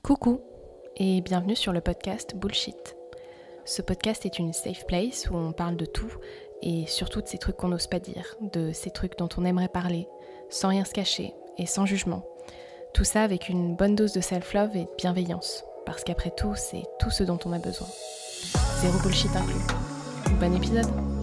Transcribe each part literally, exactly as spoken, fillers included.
Coucou et bienvenue sur le podcast Bullshit. Ce podcast est une safe place où on parle de tout et surtout de ces trucs qu'on n'ose pas dire, de ces trucs dont on aimerait parler, sans rien se cacher et sans jugement. Tout ça avec une bonne dose de self-love et de bienveillance, parce qu'après tout, c'est tout ce dont on a besoin. Zéro bullshit inclus. Bon épisode.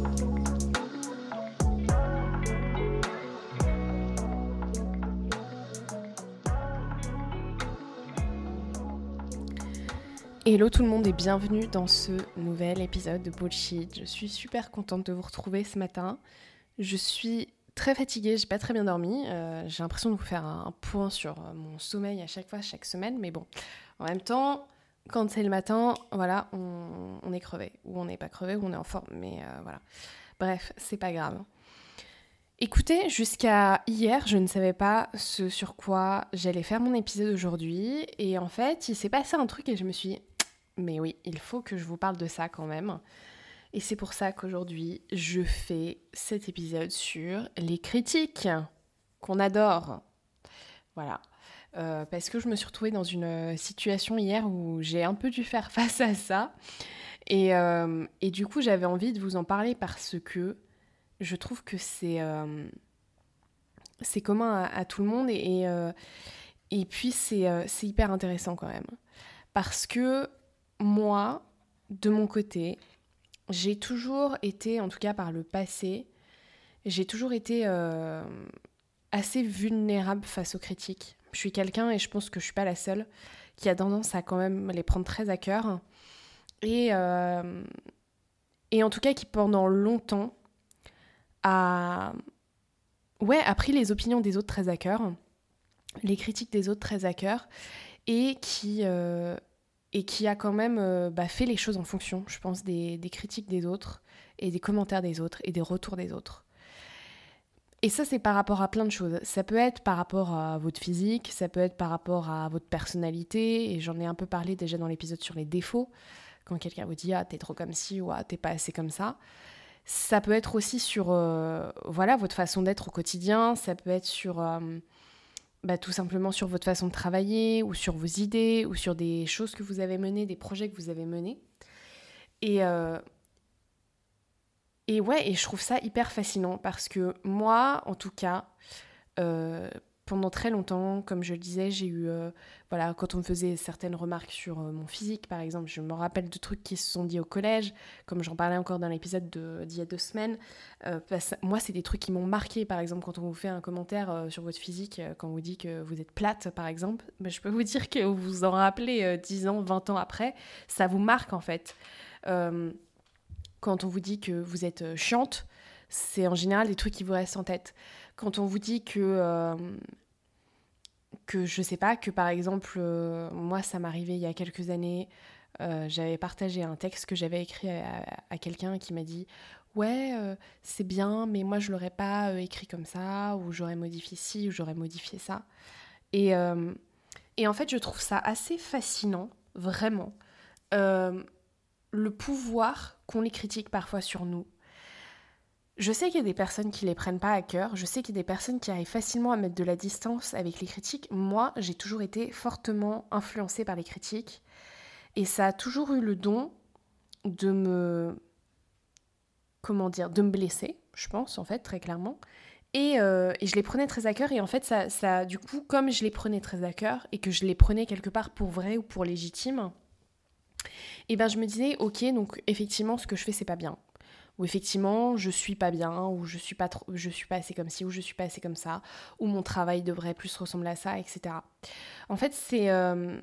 Hello tout le monde et bienvenue dans ce nouvel épisode de Bullshit. Je suis super contente de vous retrouver ce matin. Je suis très fatiguée, j'ai pas très bien dormi. Euh, j'ai l'impression de vous faire un, un point sur mon sommeil à chaque fois, chaque semaine. Mais bon, en même temps, quand c'est le matin, voilà, on, on est crevé. Ou on n'est pas crevé, ou on est en forme. Mais euh, voilà. Bref, c'est pas grave. Écoutez, jusqu'à hier, je ne savais pas ce sur quoi j'allais faire mon épisode aujourd'hui. Et en fait, il s'est passé un truc et je me suis dit, mais oui, il faut que je vous parle de ça quand même. Et c'est pour ça qu'aujourd'hui, je fais cet épisode sur les critiques qu'on adore. Voilà. Euh, parce que je me suis retrouvée dans une situation hier où j'ai un peu dû faire face à ça. Et, euh, et du coup, j'avais envie de vous en parler parce que je trouve que c'est, euh, c'est commun à, à tout le monde. Et, et, euh, et puis, c'est, euh, c'est hyper intéressant quand même. Parce que moi, de mon côté, j'ai toujours été, en tout cas par le passé, j'ai toujours été euh, assez vulnérable face aux critiques. Je suis quelqu'un, et je pense que je ne suis pas la seule, qui a tendance à quand même les prendre très à cœur. Et, euh, et en tout cas, qui pendant longtemps a, ouais, a pris les opinions des autres très à cœur, les critiques des autres très à cœur, et qui... Euh, et qui a quand même euh, bah, fait les choses en fonction, je pense, des, des critiques des autres, et des commentaires des autres, et des retours des autres. Et ça, c'est par rapport à plein de choses. Ça peut être par rapport à votre physique, ça peut être par rapport à votre personnalité, et j'en ai un peu parlé déjà dans l'épisode sur les défauts, quand quelqu'un vous dit « Ah, t'es trop comme ci » ou « Ah, t'es pas assez comme ça ». Ça peut être aussi sur euh, voilà, votre façon d'être au quotidien, ça peut être sur... Euh, Bah, tout simplement sur votre façon de travailler, ou sur vos idées, ou sur des choses que vous avez menées, des projets que vous avez menés. Et, euh, et ouais, et je trouve ça hyper fascinant, parce que moi, en tout cas, euh, pendant très longtemps, comme je le disais, j'ai eu... Euh, voilà, quand on me faisait certaines remarques sur euh, mon physique, par exemple, je me rappelle de trucs qui se sont dit au collège, comme j'en parlais encore dans l'épisode de, d'il y a deux semaines. Euh, parce, moi, c'est des trucs qui m'ont marqué, par exemple, quand on vous fait un commentaire euh, sur votre physique, euh, quand on vous dit que vous êtes plate, par exemple, ben, je peux vous dire que vous vous en rappelez euh, dix ans, vingt ans après, ça vous marque, en fait. Euh, quand on vous dit que vous êtes euh, chiante, c'est en général des trucs qui vous restent en tête. Quand on vous dit que, euh, que je sais pas, que par exemple, euh, moi ça m'arrivait il y a quelques années, euh, j'avais partagé un texte que j'avais écrit à, à quelqu'un qui m'a dit « Ouais, euh, c'est bien, mais moi je l'aurais pas euh, écrit comme ça, ou j'aurais modifié ci, ou j'aurais modifié ça. » Et, euh, et en fait, je trouve ça assez fascinant, vraiment, euh, le pouvoir qu'ont les critiques parfois sur nous. Je sais qu'il y a des personnes qui les prennent pas à cœur, je sais qu'il y a des personnes qui arrivent facilement à mettre de la distance avec les critiques. Moi, j'ai toujours été fortement influencée par les critiques, et ça a toujours eu le don de me... comment dire, de me blesser, je pense, en fait, très clairement. Et, euh, et je les prenais très à cœur, et en fait, ça, ça, du coup, comme je les prenais très à cœur, et que je les prenais quelque part pour vrai ou pour légitime, et ben je me disais, ok, donc effectivement, ce que je fais, c'est pas bien. Ou effectivement, je suis pas bien, ou je suis pas, trop, je suis pas assez comme ci, ou je suis pas assez comme ça, ou mon travail devrait plus ressembler à ça, et cetera. En fait, c'est... Euh...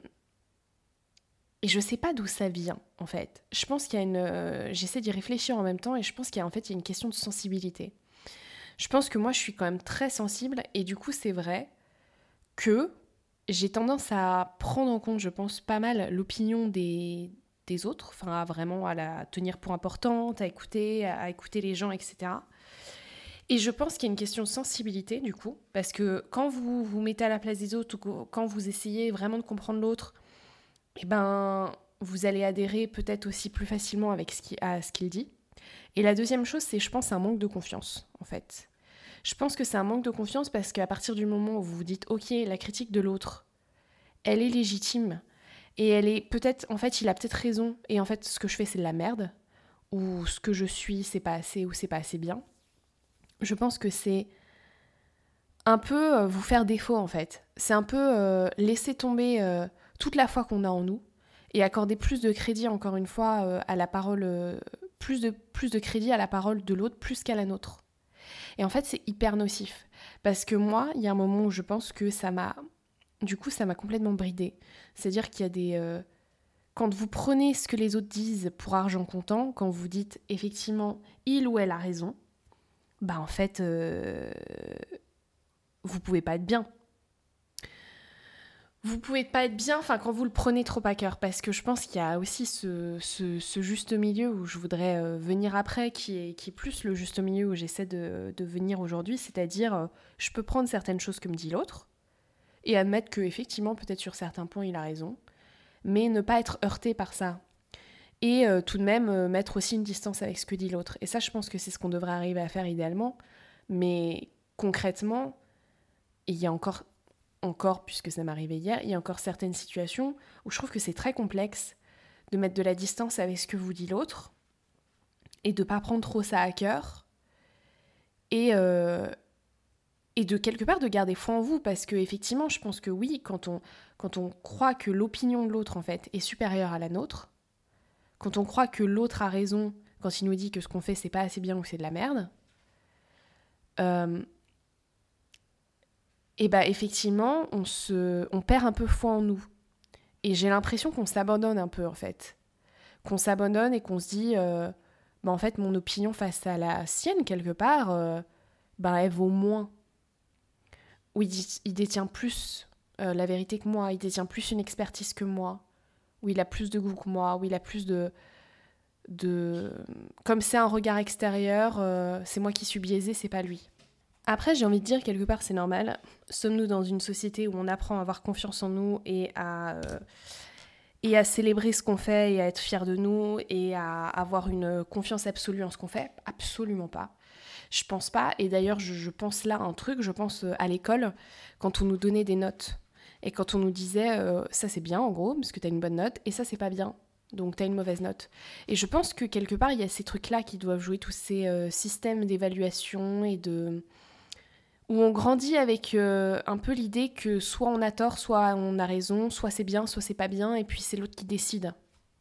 Et je sais pas d'où ça vient, en fait. Je pense qu'il y a une... Euh... J'essaie d'y réfléchir en même temps, et je pense qu'il y a, en fait, il y a une question de sensibilité. Je pense que moi, je suis quand même très sensible, et du coup, c'est vrai que j'ai tendance à prendre en compte, je pense, pas mal l'opinion des... des autres, enfin à vraiment à la tenir pour importante, à écouter, à écouter les gens, et cetera. Et je pense qu'il y a une question de sensibilité du coup, parce que quand vous vous mettez à la place des autres, ou quand vous essayez vraiment de comprendre l'autre, eh ben, vous allez adhérer peut-être aussi plus facilement avec ce qui, à ce qu'il dit. Et la deuxième chose, c'est, je pense, un manque de confiance, en fait. Je pense que c'est un manque de confiance parce qu'à partir du moment où vous vous dites « Ok, la critique de l'autre, elle est légitime », Et elle est peut-être, en fait, il a peut-être raison. Et en fait, ce que je fais, c'est de la merde. Ou ce que je suis, c'est pas assez, ou c'est pas assez bien. Je pense que c'est un peu euh, vous faire défaut, en fait. C'est un peu euh, laisser tomber euh, toute la foi qu'on a en nous et accorder plus de crédit, encore une fois, euh, à la parole, euh, plus, de, plus de crédit à la parole de l'autre, plus qu'à la nôtre. Et en fait, c'est hyper nocif. Parce que moi, il y a un moment où je pense que ça m'a... Du coup, ça m'a complètement bridée. C'est-à-dire qu'il y a des... Euh, quand vous prenez ce que les autres disent pour argent comptant, quand vous dites effectivement il ou elle a raison, bah en fait, euh, vous pouvez pas être bien. Vous pouvez pas être bien, enfin quand vous le prenez trop à cœur, parce que je pense qu'il y a aussi ce, ce, ce juste milieu où je voudrais euh, venir après, qui est, qui est plus le juste milieu où j'essaie de, de venir aujourd'hui, c'est-à-dire euh, je peux prendre certaines choses que me dit l'autre et admettre que effectivement peut-être sur certains points il a raison, mais ne pas être heurté par ça. Et euh, tout de même euh, mettre aussi une distance avec ce que dit l'autre. Et ça, je pense que c'est ce qu'on devrait arriver à faire idéalement. Mais concrètement, il y a encore, encore, puisque ça m'est arrivé hier, il y a encore certaines situations où je trouve que c'est très complexe de mettre de la distance avec ce que vous dit l'autre et de ne pas prendre trop ça à cœur et, euh, et de quelque part de garder foi en vous, parce que effectivement, je pense que oui, quand on, quand on croit que l'opinion de l'autre en fait est supérieure à la nôtre, quand on croit que l'autre a raison quand il nous dit que ce qu'on fait c'est pas assez bien ou que c'est de la merde, euh, et bah effectivement on, se, on perd un peu foi en nous. Et j'ai l'impression qu'on s'abandonne un peu en fait. Qu'on s'abandonne et qu'on se dit, euh, bah en fait mon opinion face à la sienne quelque part, euh, bah elle vaut moins. Ou il, il détient plus euh, la vérité que moi, il détient plus une expertise que moi, ou il a plus de goût que moi, ou il a plus de... de... Comme c'est un regard extérieur, euh, c'est moi qui suis biaisée, c'est pas lui. Après, j'ai envie de dire, quelque part, c'est normal. Sommes-nous dans une société où on apprend à avoir confiance en nous et à, euh, et à célébrer ce qu'on fait et à être fier de nous et à avoir une confiance absolue en ce qu'on fait? Absolument pas. Je pense pas. Et d'ailleurs, je, je pense là à un truc, je pense à l'école, quand on nous donnait des notes. Et quand on nous disait, euh, ça c'est bien en gros, parce que t'as une bonne note, et ça c'est pas bien. Donc t'as une mauvaise note. Et je pense que quelque part, il y a ces trucs-là qui doivent jouer, tous ces euh, systèmes d'évaluation et de... où on grandit avec euh, un peu l'idée que soit on a tort, soit on a raison, soit c'est bien, soit c'est pas bien, et puis c'est l'autre qui décide.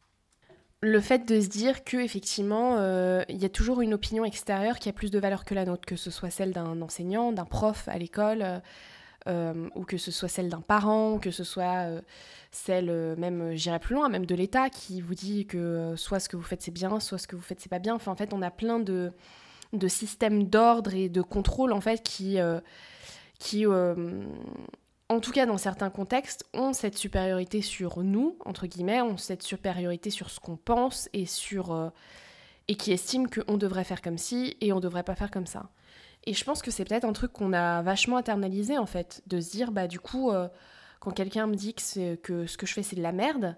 Le fait de se dire qu'effectivement, euh, il y a toujours une opinion extérieure qui a plus de valeur que la nôtre, que ce soit celle d'un enseignant, d'un prof à l'école, euh, euh, ou que ce soit celle d'un parent, ou que ce soit euh, celle, euh, même, j'irai plus loin, même de l'État, qui vous dit que euh, soit ce que vous faites c'est bien, soit ce que vous faites c'est pas bien. Enfin, en fait, on a plein de, de systèmes d'ordre et de contrôle, en fait, qui... Euh, qui euh, en tout cas dans certains contextes, ont cette supériorité sur nous, entre guillemets, ont cette supériorité sur ce qu'on pense et, sur, euh, et qui estiment qu'on devrait faire comme ci et on devrait pas faire comme ça. Et je pense que c'est peut-être un truc qu'on a vachement internalisé, en fait, de se dire, bah du coup, euh, quand quelqu'un me dit que, c'est, que ce que je fais c'est de la merde,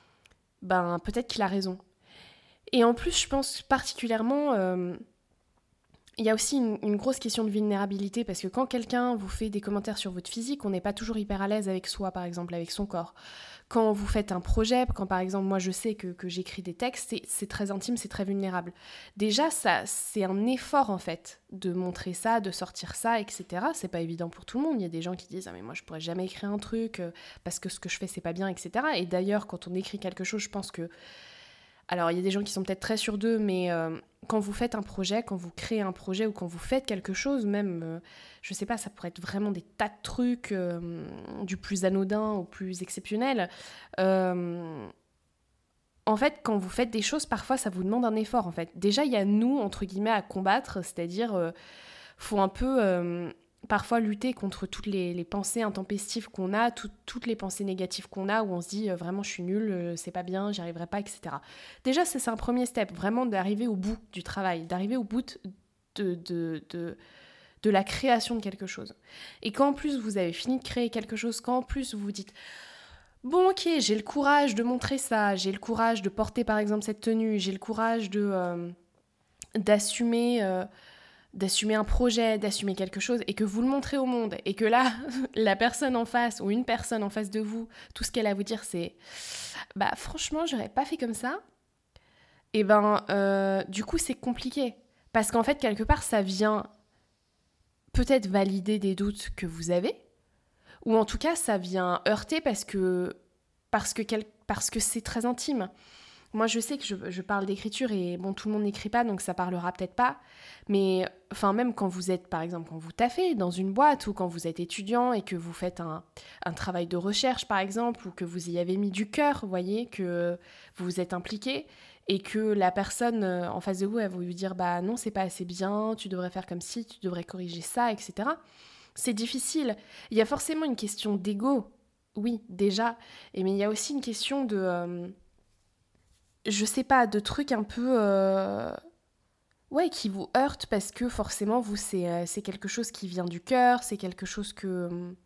ben peut-être qu'il a raison. Et en plus, je pense particulièrement... Euh, Il y a aussi une, une grosse question de vulnérabilité, parce que quand quelqu'un vous fait des commentaires sur votre physique, on n'est pas toujours hyper à l'aise avec soi, par exemple, avec son corps. Quand vous faites un projet, quand par exemple moi je sais que, que j'écris des textes, c'est, c'est très intime, c'est très vulnérable. Déjà, ça, c'est un effort en fait, de montrer ça, de sortir ça, et cetera. C'est pas évident pour tout le monde. Il y a des gens qui disent « Ah mais moi je pourrais jamais écrire un truc, euh, parce que ce que je fais c'est pas bien, et cetera » Et d'ailleurs, quand on écrit quelque chose, je pense que... Alors, il y a des gens qui sont peut-être très sûrs d'eux, mais euh, quand vous faites un projet, quand vous créez un projet ou quand vous faites quelque chose, même, euh, je sais pas, ça pourrait être vraiment des tas de trucs, euh, du plus anodin au plus exceptionnel. Euh, en fait, quand vous faites des choses, parfois, ça vous demande un effort, en fait. Déjà, il y a nous, entre guillemets, à combattre, c'est-à-dire, euh, faut un peu... Euh, parfois lutter contre toutes les, les pensées intempestives qu'on a, tout, toutes les pensées négatives qu'on a, où on se dit euh, vraiment je suis nulle, euh, c'est pas bien, j'y arriverai pas, et cetera. Déjà, ça, c'est un premier step, vraiment d'arriver au bout du travail, d'arriver au bout de, de, de, de la création de quelque chose. Et quand en plus vous avez fini de créer quelque chose, quand en plus vous vous dites bon ok, j'ai le courage de montrer ça, j'ai le courage de porter par exemple cette tenue, j'ai le courage de, euh, d'assumer... Euh, d'assumer un projet, d'assumer quelque chose, et que vous le montrez au monde, et que là, la personne en face, ou une personne en face de vous, tout ce qu'elle a à vous dire, c'est « bah franchement, j'aurais pas fait comme ça », et ben euh, du coup, c'est compliqué. Parce qu'en fait, quelque part, ça vient peut-être valider des doutes que vous avez, ou en tout cas, ça vient heurter parce que, parce que, quel, parce que c'est très intime. Moi, je sais que je, je parle d'écriture et bon, tout le monde n'écrit pas, donc ça parlera peut-être pas. Mais enfin, même quand vous êtes, par exemple, quand vous taffez dans une boîte ou quand vous êtes étudiant et que vous faites un, un travail de recherche, par exemple, ou que vous y avez mis du cœur, vous voyez, que vous vous êtes impliqué et que la personne en face de vous, elle va vous dire « bah non, c'est pas assez bien, tu devrais faire comme ci, tu devrais corriger ça, et cetera » C'est difficile. Il y a forcément une question d'ego, oui, déjà, et mais il y a aussi une question de... Euh, je sais pas, de trucs un peu... Euh, ouais, qui vous heurtent parce que forcément, vous, c'est, euh, c'est quelque chose qui vient du cœur, c'est quelque chose que...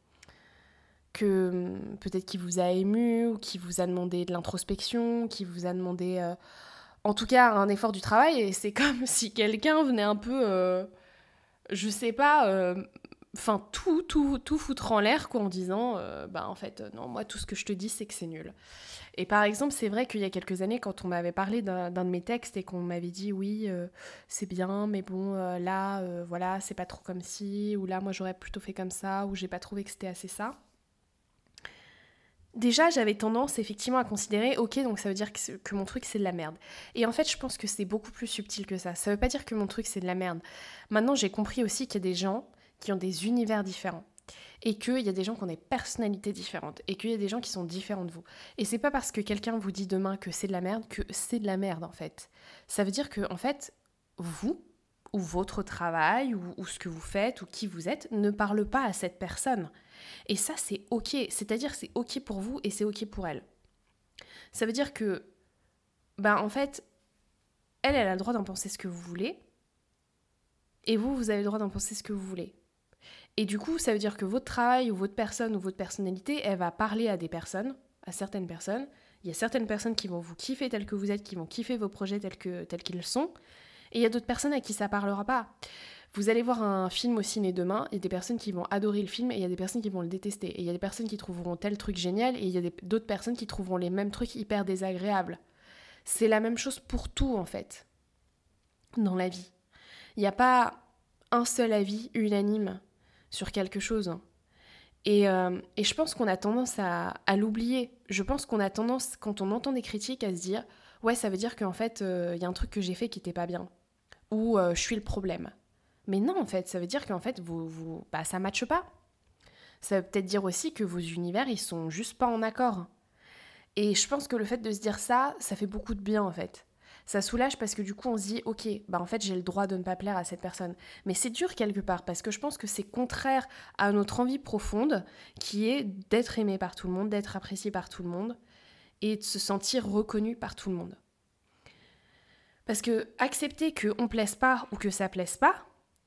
que peut-être qui vous a ému, ou qui vous a demandé de l'introspection, qui vous a demandé... Euh, en tout cas, un effort du travail, et c'est comme si quelqu'un venait un peu... Euh, je sais pas... Euh, Enfin, tout, tout, tout foutre en l'air, quoi, en disant, euh, bah en fait, euh, non, moi, tout ce que je te dis, c'est que c'est nul. Et par exemple, c'est vrai qu'il y a quelques années, quand on m'avait parlé d'un, d'un de mes textes et qu'on m'avait dit, oui, euh, c'est bien, mais bon, euh, là, euh, voilà, c'est pas trop comme ci, ou là, moi, j'aurais plutôt fait comme ça, ou j'ai pas trouvé que c'était assez ça. Déjà, j'avais tendance, effectivement, à considérer, ok, donc ça veut dire que, que mon truc, c'est de la merde. Et en fait, je pense que c'est beaucoup plus subtil que ça. Ça veut pas dire que mon truc, c'est de la merde. Maintenant, j'ai compris aussi qu'il y a des gens qui ont des univers différents, et qu'il y a des gens qui ont des personnalités différentes, et qu'il y a des gens qui sont différents de vous. Et c'est pas parce que quelqu'un vous dit demain que c'est de la merde que c'est de la merde, en fait. Ça veut dire que, en fait, vous, ou votre travail, ou, ou ce que vous faites, ou qui vous êtes, ne parle pas à cette personne. Et ça, c'est ok. C'est-à-dire que c'est ok pour vous, et c'est ok pour elle. Ça veut dire que, ben, en fait, elle, elle a le droit d'en penser ce que vous voulez, et vous, vous avez le droit d'en penser ce que vous voulez. Et du coup, ça veut dire que votre travail ou votre personne ou votre personnalité, elle va parler à des personnes, à certaines personnes. Il y a certaines personnes qui vont vous kiffer tels que vous êtes, qui vont kiffer vos projets tels, que, tels qu'ils sont. Et il y a d'autres personnes à qui ça parlera pas. Vous allez voir un film au ciné demain, il y a des personnes qui vont adorer le film et il y a des personnes qui vont le détester. Et il y a des personnes qui trouveront tel truc génial et il y a des, d'autres personnes qui trouveront les mêmes trucs hyper désagréables. C'est la même chose pour tout, en fait, dans la vie. Il n'y a pas un seul avis unanime sur quelque chose. Et, euh, et je pense qu'on a tendance à, à l'oublier. Je pense qu'on a tendance, quand on entend des critiques, à se dire « ouais, ça veut dire qu'en fait, il euh, y a un truc que j'ai fait qui n'était pas bien. » Ou euh, « je suis le problème. » Mais non, en fait, ça veut dire qu'en fait, vous, vous, bah, ça ne matche pas. Ça veut peut-être dire aussi que vos univers, ils sont juste pas en accord. Et je pense que le fait de se dire ça, ça fait beaucoup de bien, en fait. Ça soulage parce que du coup on se dit ok, bah en fait j'ai le droit de ne pas plaire à cette personne. Mais c'est dur quelque part parce que je pense que c'est contraire à notre envie profonde qui est d'être aimé par tout le monde, d'être apprécié par tout le monde et de se sentir reconnu par tout le monde. Parce que accepter qu'on plaise pas ou que ça plaise pas,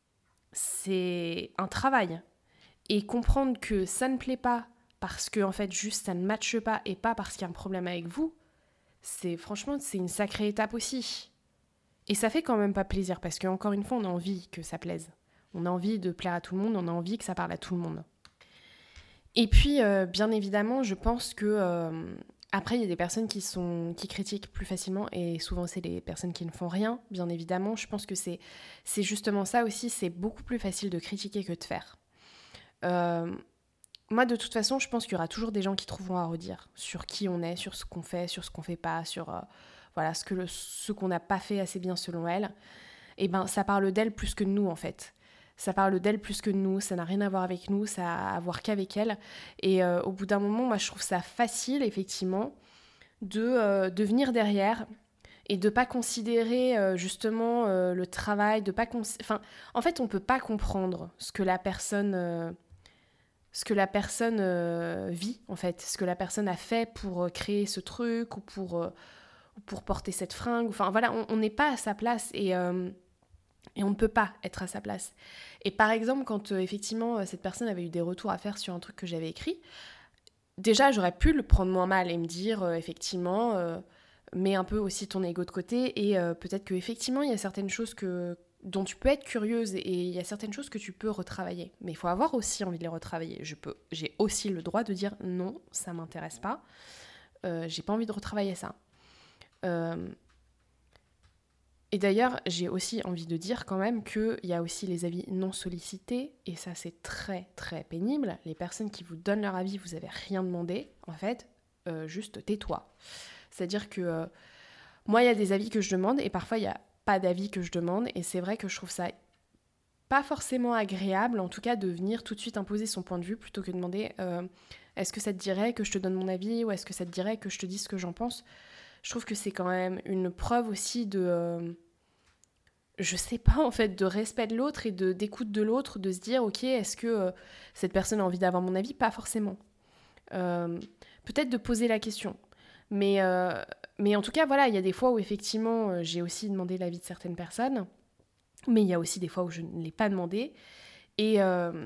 c'est un travail. Et comprendre que ça ne plaît pas parce que en fait juste ça ne matche pas et pas parce qu'il y a un problème avec vous, c'est franchement, c'est une sacrée étape aussi. Et ça fait quand même pas plaisir, parce qu'encore une fois, on a envie que ça plaise. On a envie de plaire à tout le monde, on a envie que ça parle à tout le monde. Et puis, euh, bien évidemment, je pense que... Euh, après, il y a des personnes qui, sont, qui critiquent plus facilement, et souvent, c'est les personnes qui ne font rien, bien évidemment. Je pense que c'est, c'est justement ça aussi, c'est beaucoup plus facile de critiquer que de faire. Euh, Moi, de toute façon, je pense qu'il y aura toujours des gens qui trouveront à redire sur qui on est, sur ce qu'on fait, sur ce qu'on fait pas, sur euh, voilà, ce, que le, ce qu'on n'a pas fait assez bien selon elle. Et ben, ça parle d'elle plus que de nous, en fait. Ça parle d'elle plus que de nous, ça n'a rien à voir avec nous, ça a à voir qu'avec elle. Et euh, au bout d'un moment, moi, je trouve ça facile, effectivement, de, euh, de venir derrière et de pas considérer euh, justement euh, le travail, de pas... Cons- enfin, en fait, on peut pas comprendre ce que la personne... Euh, ce que la personne euh, vit, en fait, ce que la personne a fait pour euh, créer ce truc ou pour, euh, pour porter cette fringue. Enfin, voilà, on n'est pas à sa place et, euh, et on ne peut pas être à sa place. Et par exemple, quand euh, effectivement, cette personne avait eu des retours à faire sur un truc que j'avais écrit, déjà, j'aurais pu le prendre moins mal et me dire, euh, effectivement, euh, mets un peu aussi ton ego de côté et euh, peut-être qu'effectivement, il y a certaines choses que dont tu peux être curieuse et il y a certaines choses que tu peux retravailler. Mais il faut avoir aussi envie de les retravailler. Je peux, j'ai aussi le droit de dire non, ça m'intéresse pas. Euh, j'ai pas envie de retravailler ça. Euh, et d'ailleurs, j'ai aussi envie de dire quand même qu'il y a aussi les avis non sollicités, et ça c'est très très pénible. Les personnes qui vous donnent leur avis, vous avez rien demandé, en fait, euh, juste tais-toi. C'est-à-dire que euh, moi, il y a des avis que je demande, et parfois il n'y a pas d'avis que je demande, et c'est vrai que je trouve ça pas forcément agréable, en tout cas, de venir tout de suite imposer son point de vue, plutôt que de demander euh, est-ce que ça te dirait que je te donne mon avis, ou est-ce que ça te dirait que je te dise ce que j'en pense. Je trouve que c'est quand même une preuve aussi de, euh, je sais pas en fait, de respect de l'autre et de, d'écoute de l'autre, de se dire ok, est-ce que euh, cette personne a envie d'avoir mon avis? Pas forcément. Euh, peut-être de poser la question. Mais, euh, mais en tout cas, voilà, il y a des fois où effectivement, euh, j'ai aussi demandé l'avis de certaines personnes, mais il y a aussi des fois où je ne l'ai pas demandé. Et, euh,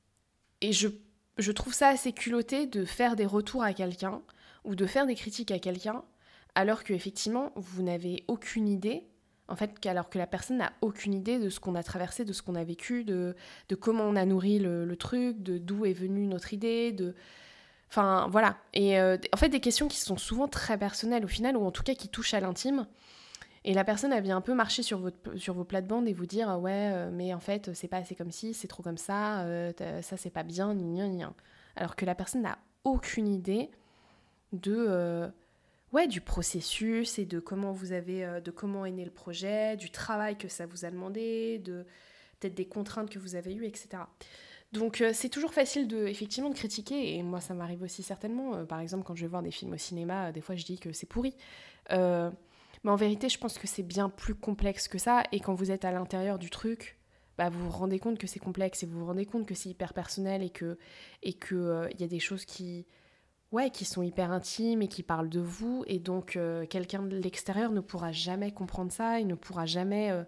et je, je trouve ça assez culotté de faire des retours à quelqu'un ou de faire des critiques à quelqu'un alors qu'effectivement, vous n'avez aucune idée, en fait, alors que la personne n'a aucune idée de ce qu'on a traversé, de ce qu'on a vécu, de, de comment on a nourri le, le truc, de d'où est venue notre idée, de... Enfin, voilà. Et euh, en fait, des questions qui sont souvent très personnelles au final, ou en tout cas qui touchent à l'intime. Et la personne, elle vient un peu marcher sur, votre, sur vos plates-bandes et vous dire « Ouais, euh, mais en fait, c'est pas assez comme ci, c'est trop comme ça, euh, ça, c'est pas bien, ni ni ni. » Alors que la personne n'a aucune idée de... Euh, ouais, du processus et de comment vous avez, euh, de comment est né le projet, du travail que ça vous a demandé, de peut-être des contraintes que vous avez eues, et cetera. Donc euh, c'est toujours facile de, effectivement, de critiquer, et moi ça m'arrive aussi certainement. Euh, par exemple, quand je vais voir des films au cinéma, euh, des fois je dis que c'est pourri. Euh, mais en vérité, je pense que c'est bien plus complexe que ça, et quand vous êtes à l'intérieur du truc, bah, vous vous rendez compte que c'est complexe, et vous vous rendez compte que c'est hyper personnel, et que et que, euh, y a des choses qui... Ouais, qui sont hyper intimes et qui parlent de vous, et donc euh, quelqu'un de l'extérieur ne pourra jamais comprendre ça, il ne pourra jamais euh,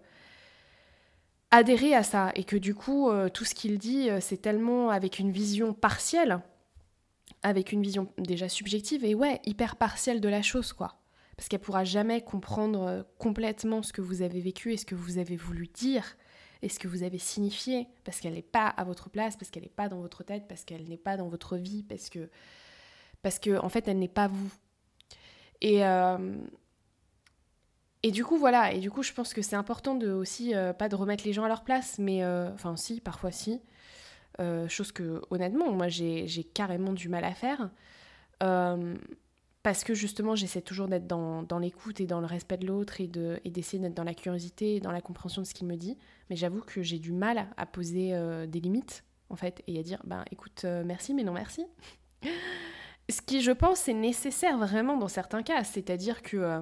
adhérer à ça, et que du coup, euh, tout ce qu'il dit, euh, c'est tellement avec une vision partielle, avec une vision déjà subjective, et ouais, hyper partielle de la chose, quoi. Parce qu'elle pourra jamais comprendre euh, complètement ce que vous avez vécu et ce que vous avez voulu dire, et ce que vous avez signifié, parce qu'elle n'est pas à votre place, parce qu'elle n'est pas dans votre tête, parce qu'elle n'est pas dans votre vie, parce que parce qu'en en fait, elle n'est pas vous. Et, euh, et du coup, voilà, et du coup, je pense que c'est important de aussi, euh, pas de remettre les gens à leur place, mais, euh, enfin si, parfois si, euh, chose que, honnêtement, moi, j'ai, j'ai carrément du mal à faire, euh, parce que justement, j'essaie toujours d'être dans, dans l'écoute et dans le respect de l'autre, et, de, et d'essayer d'être dans la curiosité et dans la compréhension de ce qu'il me dit, mais j'avoue que j'ai du mal à poser euh, des limites, en fait, et à dire, ben écoute, euh, merci, mais non merci. Ce qui, je pense, est nécessaire vraiment dans certains cas. C'est-à-dire que, euh,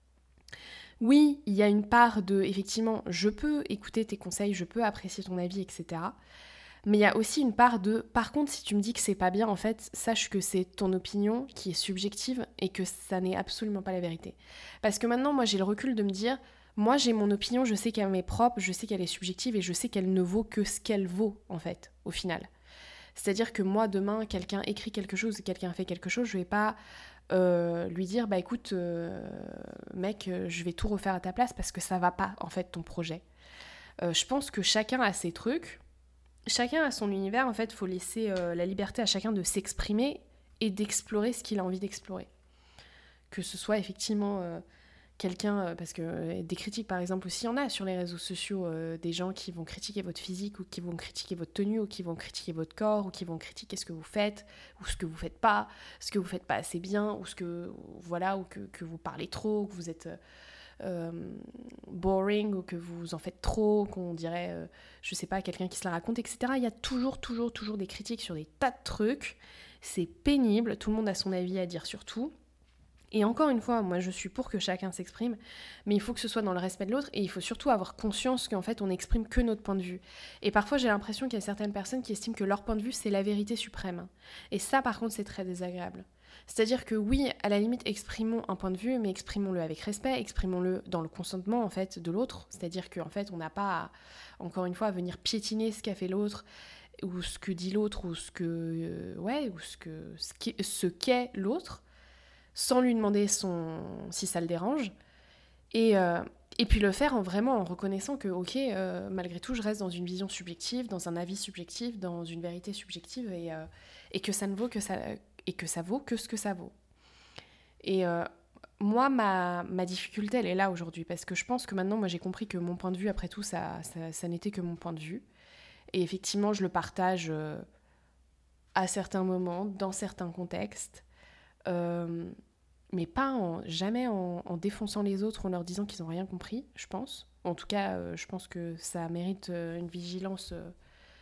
oui, il y a une part de, effectivement, je peux écouter tes conseils, je peux apprécier ton avis, et cetera. Mais il y a aussi une part de, par contre, si tu me dis que c'est pas bien, en fait, sache que c'est ton opinion qui est subjective et que ça n'est absolument pas la vérité. Parce que maintenant, moi, j'ai le recul de me dire, moi, j'ai mon opinion, je sais qu'elle m'est propre, je sais qu'elle est subjective et je sais qu'elle ne vaut que ce qu'elle vaut, en fait, au final. C'est-à-dire que moi, demain, quelqu'un écrit quelque chose et quelqu'un fait quelque chose, je vais pas euh, lui dire, bah écoute, euh, mec, je vais tout refaire à ta place parce que ça va pas, en fait, ton projet. Euh, je pense que chacun a ses trucs, chacun a son univers, en fait, il faut laisser euh, la liberté à chacun de s'exprimer et d'explorer ce qu'il a envie d'explorer. Que ce soit effectivement... Euh, quelqu'un, euh, parce que euh, des critiques par exemple aussi, il y en a sur les réseaux sociaux, euh, des gens qui vont critiquer votre physique, ou qui vont critiquer votre tenue, ou qui vont critiquer votre corps, ou qui vont critiquer ce que vous faites, ou ce que vous faites pas, ce que vous faites pas assez bien, ou ce que, voilà, ou que, que vous parlez trop, que vous êtes euh, boring, ou que vous en faites trop, qu'on dirait, euh, je sais pas, quelqu'un qui se la raconte, et cetera. Il y a toujours, toujours, toujours des critiques sur des tas de trucs, c'est pénible, tout le monde a son avis à dire sur tout. Et encore une fois, moi je suis pour que chacun s'exprime, mais il faut que ce soit dans le respect de l'autre, et il faut surtout avoir conscience qu'en fait on n'exprime que notre point de vue. Et parfois j'ai l'impression qu'il y a certaines personnes qui estiment que leur point de vue c'est la vérité suprême. Et ça par contre c'est très désagréable. C'est-à-dire que oui, à la limite exprimons un point de vue, mais exprimons-le avec respect, exprimons-le dans le consentement en fait de l'autre. C'est-à-dire qu'en fait on n'a pas, à, encore une fois, à venir piétiner ce qu'a fait l'autre, ou ce que dit l'autre, ou ce que, euh, ouais, ou ce que, ce qu'est, ce qu'est l'autre, sans lui demander son, si ça le dérange. Et, euh, Et puis le faire en vraiment en reconnaissant que, ok, euh, malgré tout, je reste dans une vision subjective, dans un avis subjectif, dans une vérité subjective, et, euh, et que ça ne vaut que ça, et que ça vaut que ce que ça vaut. Et euh, moi, ma, ma difficulté, elle est là aujourd'hui, parce que je pense que maintenant, moi, j'ai compris que mon point de vue, après tout, ça, ça, ça n'était que mon point de vue. Et effectivement, je le partage euh, à certains moments, dans certains contextes. Euh, mais pas en, jamais en, en défonçant les autres, en leur disant qu'ils n'ont rien compris, je pense. En tout cas, euh, je pense que ça mérite euh, une vigilance euh,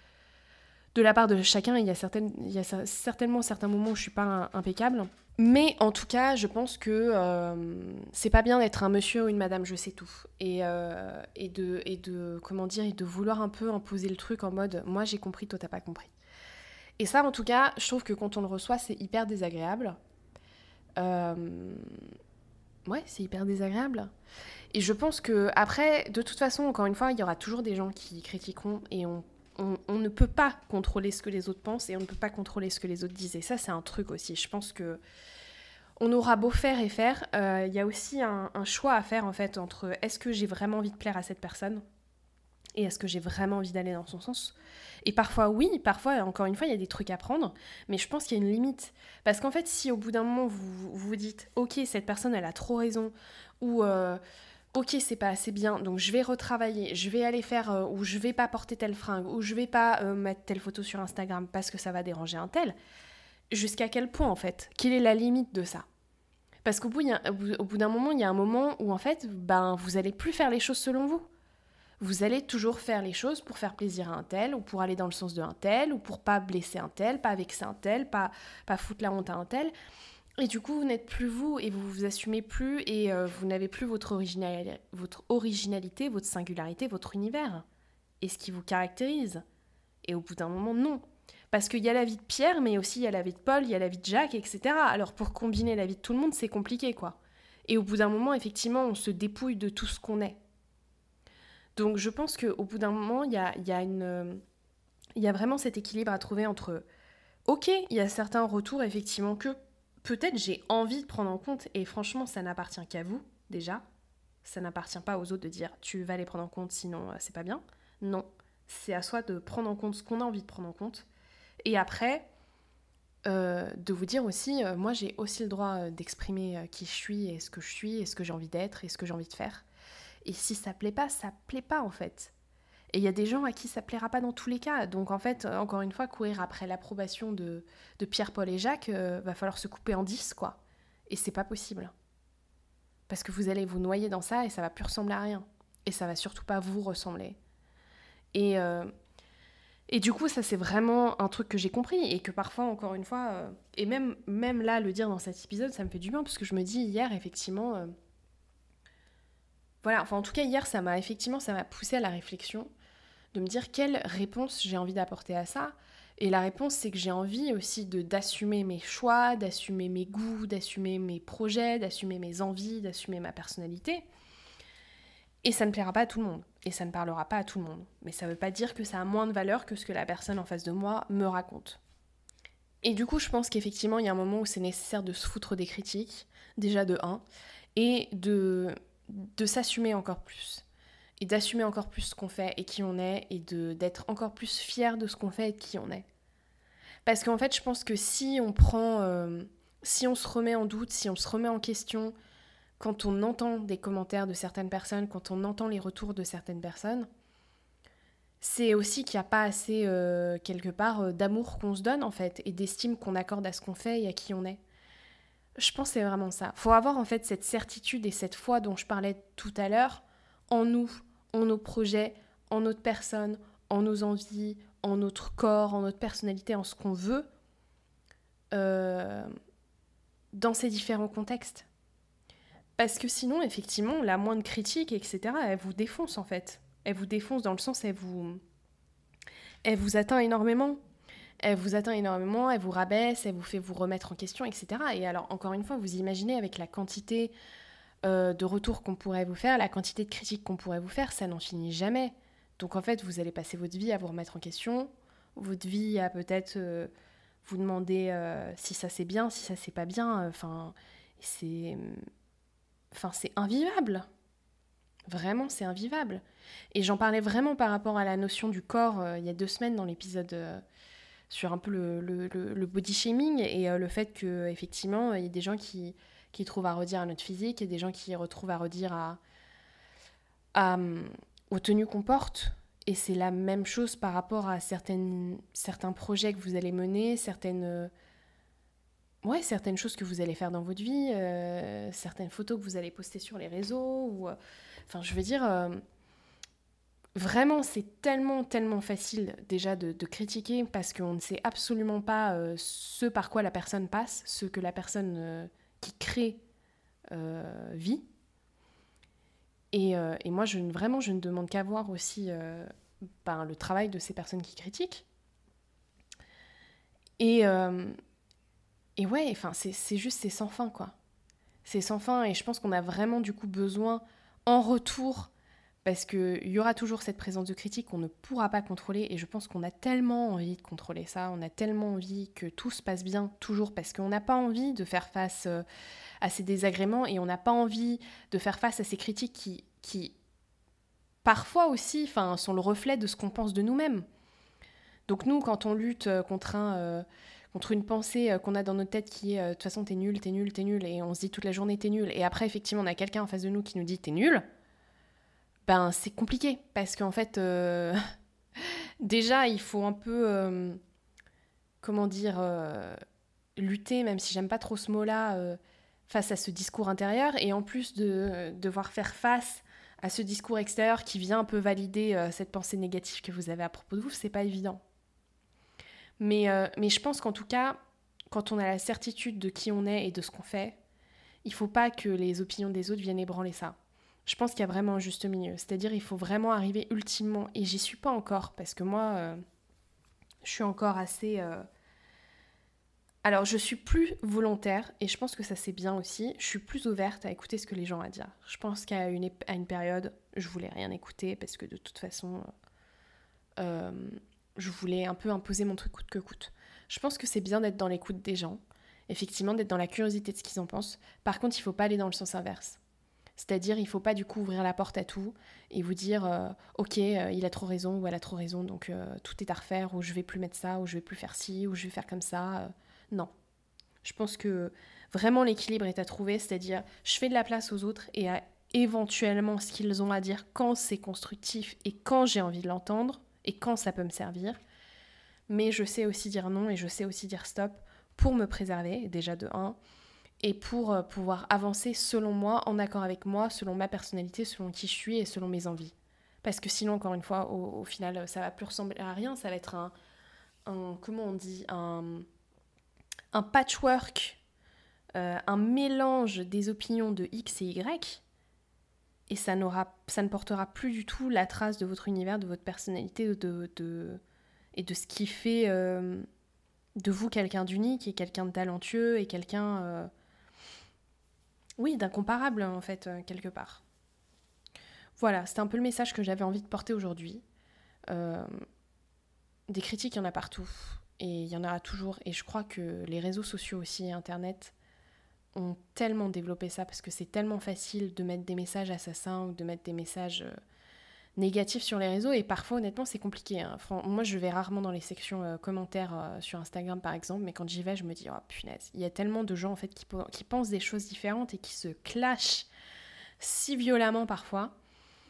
de la part de chacun. Il y a, certaines, il y a certainement certains moments où je ne suis pas un, impeccable. Mais en tout cas, je pense que euh, c'est pas bien d'être un monsieur ou une madame je sais tout. Et, euh, et, de, et de, comment dire, et de vouloir un peu imposer le truc en mode « moi j'ai compris, toi t'as pas compris ». Et ça, en tout cas, je trouve que quand on le reçoit, c'est hyper désagréable. Euh... Ouais, c'est hyper désagréable. Et je pense que après, de toute façon, encore une fois, il y aura toujours des gens qui critiqueront et on, on, on ne peut pas contrôler ce que les autres pensent et on ne peut pas contrôler ce que les autres disent. Et ça, c'est un truc aussi. Je pense que on aura beau faire et faire, il euh, y a aussi un, un choix à faire en fait entre est-ce que j'ai vraiment envie de plaire à cette personne et est-ce que j'ai vraiment envie d'aller dans son sens. Et parfois oui, parfois encore une fois il y a des trucs à prendre, mais je pense qu'il y a une limite. Parce qu'en fait si au bout d'un moment vous vous dites ok cette personne elle a trop raison, ou euh, ok c'est pas assez bien, donc je vais retravailler, je vais aller faire, euh, ou je vais pas porter telle fringue, ou je vais pas euh, mettre telle photo sur Instagram parce que ça va déranger un tel, jusqu'à quel point en fait? Quelle est la limite de ça? Parce qu'au bout, y a, au bout, au bout d'un moment, il y a un moment où en fait, ben, vous allez plus faire les choses selon vous. Vous allez toujours faire les choses pour faire plaisir à un tel, ou pour aller dans le sens de un tel, ou pour pas blesser un tel, pas vexer un tel, pas, pas foutre la honte à un tel. Et du coup, vous n'êtes plus vous, et vous vous assumez plus, et euh, vous n'avez plus votre, originali- votre originalité, votre singularité, votre univers, et ce qui vous caractérise. Et au bout d'un moment, non. Parce qu'il y a la vie de Pierre, mais aussi il y a la vie de Paul, il y a la vie de Jacques, et cetera. Alors pour combiner la vie de tout le monde, c'est compliqué, quoi. Et au bout d'un moment, effectivement, on se dépouille de tout ce qu'on est. Donc je pense qu'au bout d'un moment, il y a, y a une... Il y a vraiment cet équilibre à trouver entre... Ok, il y a certains retours, effectivement, que peut-être j'ai envie de prendre en compte, et franchement, ça n'appartient qu'à vous, déjà. Ça n'appartient pas aux autres de dire « tu vas les prendre en compte, sinon euh, c'est pas bien ». Non, c'est à soi de prendre en compte ce qu'on a envie de prendre en compte. Et après, euh, de vous dire aussi, euh, moi j'ai aussi le droit euh, d'exprimer euh, qui je suis et ce que je suis et ce que j'ai envie d'être et ce que j'ai envie de faire. Et si ça plaît pas, ça plaît pas en fait. Et il y a des gens à qui ça plaira pas dans tous les cas. Donc en fait, euh, encore une fois, courir après l'approbation de, de Pierre, Paul et Jacques, euh, va falloir se couper en dix, quoi. Et c'est pas possible. Parce que vous allez vous noyer dans ça et ça va plus ressembler à rien. Et ça va surtout pas vous ressembler. Et... Euh, Et du coup, ça, c'est vraiment un truc que j'ai compris et que parfois, encore une fois, euh, et même, même là, le dire dans cet épisode, ça me fait du bien parce que je me dis hier, effectivement, euh, voilà, enfin en tout cas hier, ça m'a effectivement, ça m'a poussé à la réflexion de me dire quelle réponse j'ai envie d'apporter à ça. Et la réponse, c'est que j'ai envie aussi de, d'assumer mes choix, d'assumer mes goûts, d'assumer mes projets, d'assumer mes envies, d'assumer ma personnalité. Et ça ne plaira pas à tout le monde. Et ça ne parlera pas à tout le monde. Mais ça ne veut pas dire que ça a moins de valeur que ce que la personne en face de moi me raconte. Et du coup, je pense qu'effectivement, il y a un moment où c'est nécessaire de se foutre des critiques, déjà de un, et de, de s'assumer encore plus. Et d'assumer encore plus ce qu'on fait et qui on est, et de, d'être encore plus fier de ce qu'on fait et de qui on est. Parce qu'en fait, je pense que si on prend... Euh, si on se remet en doute, si on se remet en question... Quand on entend des commentaires de certaines personnes, quand on entend les retours de certaines personnes, c'est aussi qu'il n'y a pas assez, euh, quelque part, euh, d'amour qu'on se donne, en fait, et d'estime qu'on accorde à ce qu'on fait et à qui on est. Je pense que c'est vraiment ça. Il faut avoir, en fait, cette certitude et cette foi dont je parlais tout à l'heure, en nous, en nos projets, en notre personne, en nos envies, en notre corps, en notre personnalité, en ce qu'on veut, euh, dans ces différents contextes. Parce que sinon, effectivement, la moindre critique, et cetera, elle vous défonce, en fait. Elle vous défonce dans le sens, elle vous... Elle vous atteint énormément. Elle vous atteint énormément, elle vous rabaisse, elle vous fait vous remettre en question, et cetera. Et alors, encore une fois, vous imaginez avec la quantité euh, de retours qu'on pourrait vous faire, la quantité de critiques qu'on pourrait vous faire, ça n'en finit jamais. Donc, en fait, vous allez passer votre vie à vous remettre en question, votre vie à peut-être euh, vous demander euh, si ça c'est bien, si ça c'est pas bien. Enfin, c'est... Enfin, c'est invivable. Vraiment, c'est invivable. Et j'en parlais vraiment par rapport à la notion du corps euh, il y a deux semaines dans l'épisode euh, sur un peu le, le, le, le body shaming et euh, le fait qu'effectivement, il y a des gens qui, qui trouvent à redire à notre physique et des gens qui retrouvent à redire à, à, aux tenues qu'on porte. Et c'est la même chose par rapport à certaines, certains projets que vous allez mener, certaines, euh, ouais, certaines choses que vous allez faire dans votre vie, euh, certaines photos que vous allez poster sur les réseaux. Ou, euh, enfin, je veux dire, euh, vraiment, c'est tellement, tellement facile déjà de, de critiquer parce qu'on ne sait absolument pas euh, ce par quoi la personne passe, ce que la personne euh, qui crée euh, vit. Et, euh, et moi, je, vraiment, je ne demande qu'à voir aussi euh, ben, le travail de ces personnes qui critiquent. Et, euh, et ouais, enfin, c'est, c'est juste, c'est sans fin, quoi. C'est sans fin, et je pense qu'on a vraiment, du coup, besoin, en retour, parce qu'il y aura toujours cette présence de critique qu'on ne pourra pas contrôler, et je pense qu'on a tellement envie de contrôler ça, on a tellement envie que tout se passe bien, toujours, parce qu'on n'a pas envie de faire face euh, à ces désagréments, et on n'a pas envie de faire face à ces critiques qui... qui parfois aussi, enfin, sont le reflet de ce qu'on pense de nous-mêmes. Donc nous, quand on lutte contre, un, euh, contre une pensée qu'on a dans notre tête qui est euh, « de toute façon, t'es nul, t'es nul, t'es nul », et on se dit toute la journée « t'es nul », et après, effectivement, on a quelqu'un en face de nous qui nous dit « t'es nul », ben c'est compliqué, parce qu'en fait, euh, déjà, il faut un peu, euh, comment dire, euh, lutter, même si j'aime pas trop ce mot-là, euh, face à ce discours intérieur, et en plus de devoir faire face à ce discours extérieur qui vient un peu valider euh, cette pensée négative que vous avez à propos de vous, c'est pas évident. Mais, euh, mais je pense qu'en tout cas, quand on a la certitude de qui on est et de ce qu'on fait, il faut pas que les opinions des autres viennent ébranler ça. Je pense qu'il y a vraiment un juste milieu. C'est-à-dire il faut vraiment arriver ultimement, et j'y suis pas encore, parce que moi, euh, je suis encore assez... Euh... Alors, je suis plus volontaire, et je pense que ça c'est bien aussi, je suis plus ouverte à écouter ce que les gens ont à dire. Je pense qu'à une, ép- à une période, je voulais rien écouter, parce que de toute façon... Euh, je voulais un peu imposer mon truc coûte que coûte. Je pense que c'est bien d'être dans l'écoute des gens, effectivement, d'être dans la curiosité de ce qu'ils en pensent. Par contre, il ne faut pas aller dans le sens inverse. C'est-à-dire, il ne faut pas du coup ouvrir la porte à tout et vous dire euh, « Ok, euh, il a trop raison ou elle a trop raison, donc euh, tout est à refaire, ou je vais plus mettre ça, ou je vais plus faire ci, ou je vais faire comme ça. Euh, » Non. Je pense que vraiment l'équilibre est à trouver, c'est-à-dire je fais de la place aux autres et à éventuellement ce qu'ils ont à dire quand c'est constructif et quand j'ai envie de l'entendre, et quand ça peut me servir, mais je sais aussi dire non et je sais aussi dire stop pour me préserver, déjà de un, et pour euh, pouvoir avancer selon moi, en accord avec moi, selon ma personnalité, selon qui je suis et selon mes envies. Parce que sinon, encore une fois, au, au final, ça va plus ressembler à rien, ça va être un, un comment on dit, un, un patchwork, euh, un mélange des opinions de X et Y, et ça, n'aura, ça ne portera plus du tout la trace de votre univers, de votre personnalité, de, de, et de ce qui fait euh, de vous quelqu'un d'unique et quelqu'un de talentueux et quelqu'un, euh, oui, d'incomparable en fait, euh, quelque part. Voilà, c'était un peu le message que j'avais envie de porter aujourd'hui. Euh, des critiques, il y en a partout, et il y en aura toujours, et je crois que les réseaux sociaux aussi, Internet, ont tellement développé ça, parce que c'est tellement facile de mettre des messages assassins ou de mettre des messages euh, négatifs sur les réseaux, et parfois honnêtement c'est compliqué, hein. Moi je vais rarement dans les sections euh, commentaires euh, sur Instagram par exemple, mais quand j'y vais je me dis oh punaise, il y a tellement de gens en fait qui, qui pensent des choses différentes et qui se clashent si violemment parfois.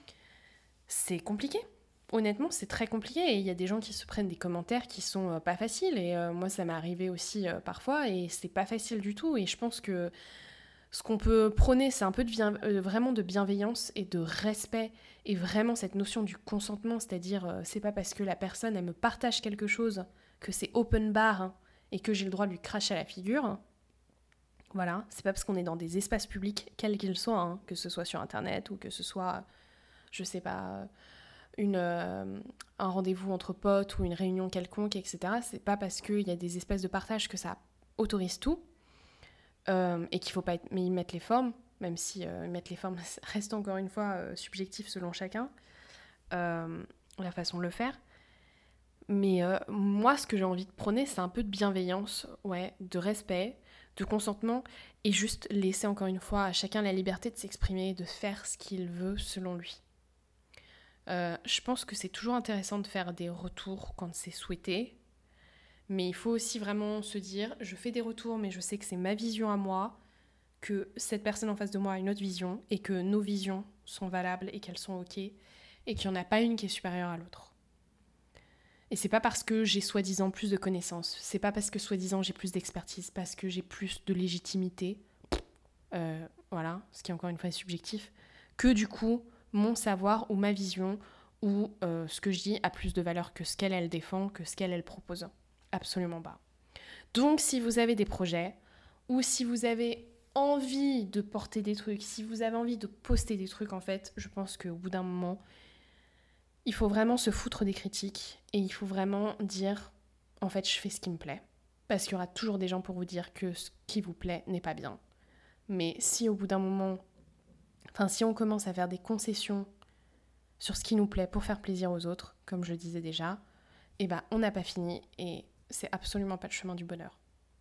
C'est compliqué. Honnêtement, c'est très compliqué, et il y a des gens qui se prennent des commentaires qui sont euh, pas faciles, et euh, moi ça m'est arrivé aussi euh, parfois, et c'est pas facile du tout, et je pense que ce qu'on peut prôner, c'est un peu de bien, euh, vraiment de bienveillance et de respect, et vraiment cette notion du consentement, c'est-à-dire euh, c'est pas parce que la personne elle me partage quelque chose que c'est open bar, hein, et que j'ai le droit de lui cracher à la figure. Voilà, c'est pas parce qu'on est dans des espaces publics, quels qu'ils soient, hein, que ce soit sur internet ou que ce soit, je sais pas, une, euh, un rendez-vous entre potes ou une réunion quelconque, et cetera. C'est pas parce qu'il y a des espaces de partage que ça autorise tout. Euh, et qu'il ne faut pas être, mais y mettre les formes, même si euh, mettre les formes reste encore une fois euh, subjectif selon chacun, euh, la façon de le faire. Mais euh, moi, ce que j'ai envie de prôner, c'est un peu de bienveillance, ouais, de respect, de consentement et juste laisser encore une fois à chacun la liberté de s'exprimer, de faire ce qu'il veut selon lui. Euh, je pense que c'est toujours intéressant de faire des retours quand c'est souhaité, mais il faut aussi vraiment se dire, je fais des retours, mais je sais que c'est ma vision à moi, que cette personne en face de moi a une autre vision, et que nos visions sont valables et qu'elles sont ok, et qu'il n'y en a pas une qui est supérieure à l'autre. Et c'est pas parce que j'ai soi-disant plus de connaissances, c'est pas parce que soi-disant j'ai plus d'expertise, parce que j'ai plus de légitimité, euh, voilà, ce qui encore une fois est subjectif, que du coup, mon savoir ou ma vision ou euh, ce que je dis a plus de valeur que ce qu'elle, elle défend, que ce qu'elle, elle propose. Absolument pas. Donc, si vous avez des projets ou si vous avez envie de porter des trucs, si vous avez envie de poster des trucs, en fait, je pense qu'au bout d'un moment, il faut vraiment se foutre des critiques et il faut vraiment dire, en fait, je fais ce qui me plaît. Parce qu'il y aura toujours des gens pour vous dire que ce qui vous plaît n'est pas bien. Mais si au bout d'un moment, enfin, si on commence à faire des concessions sur ce qui nous plaît pour faire plaisir aux autres, comme je le disais déjà, eh ben, on n'a pas fini et c'est absolument pas le chemin du bonheur.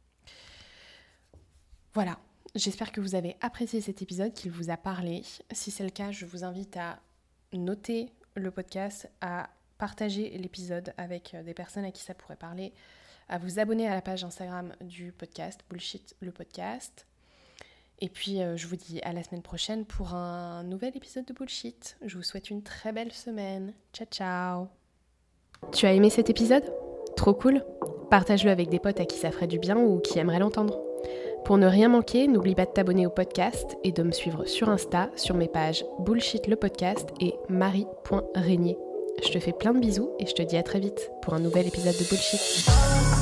Voilà, j'espère que vous avez apprécié cet épisode, qu'il vous a parlé. Si c'est le cas, je vous invite à noter le podcast, à partager l'épisode avec des personnes à qui ça pourrait parler, à vous abonner à la page Instagram du podcast, Bullshit le podcast. Et puis, euh, je vous dis à la semaine prochaine pour un nouvel épisode de Bullshit. Je vous souhaite une très belle semaine. Ciao, ciao. Tu as aimé cet épisode ? Trop cool ? Partage-le avec des potes à qui ça ferait du bien ou qui aimeraient l'entendre. Pour ne rien manquer, n'oublie pas de t'abonner au podcast et de me suivre sur Insta, sur mes pages Bullshit le podcast et marie point régnier. Je te fais plein de bisous et je te dis à très vite pour un nouvel épisode de Bullshit.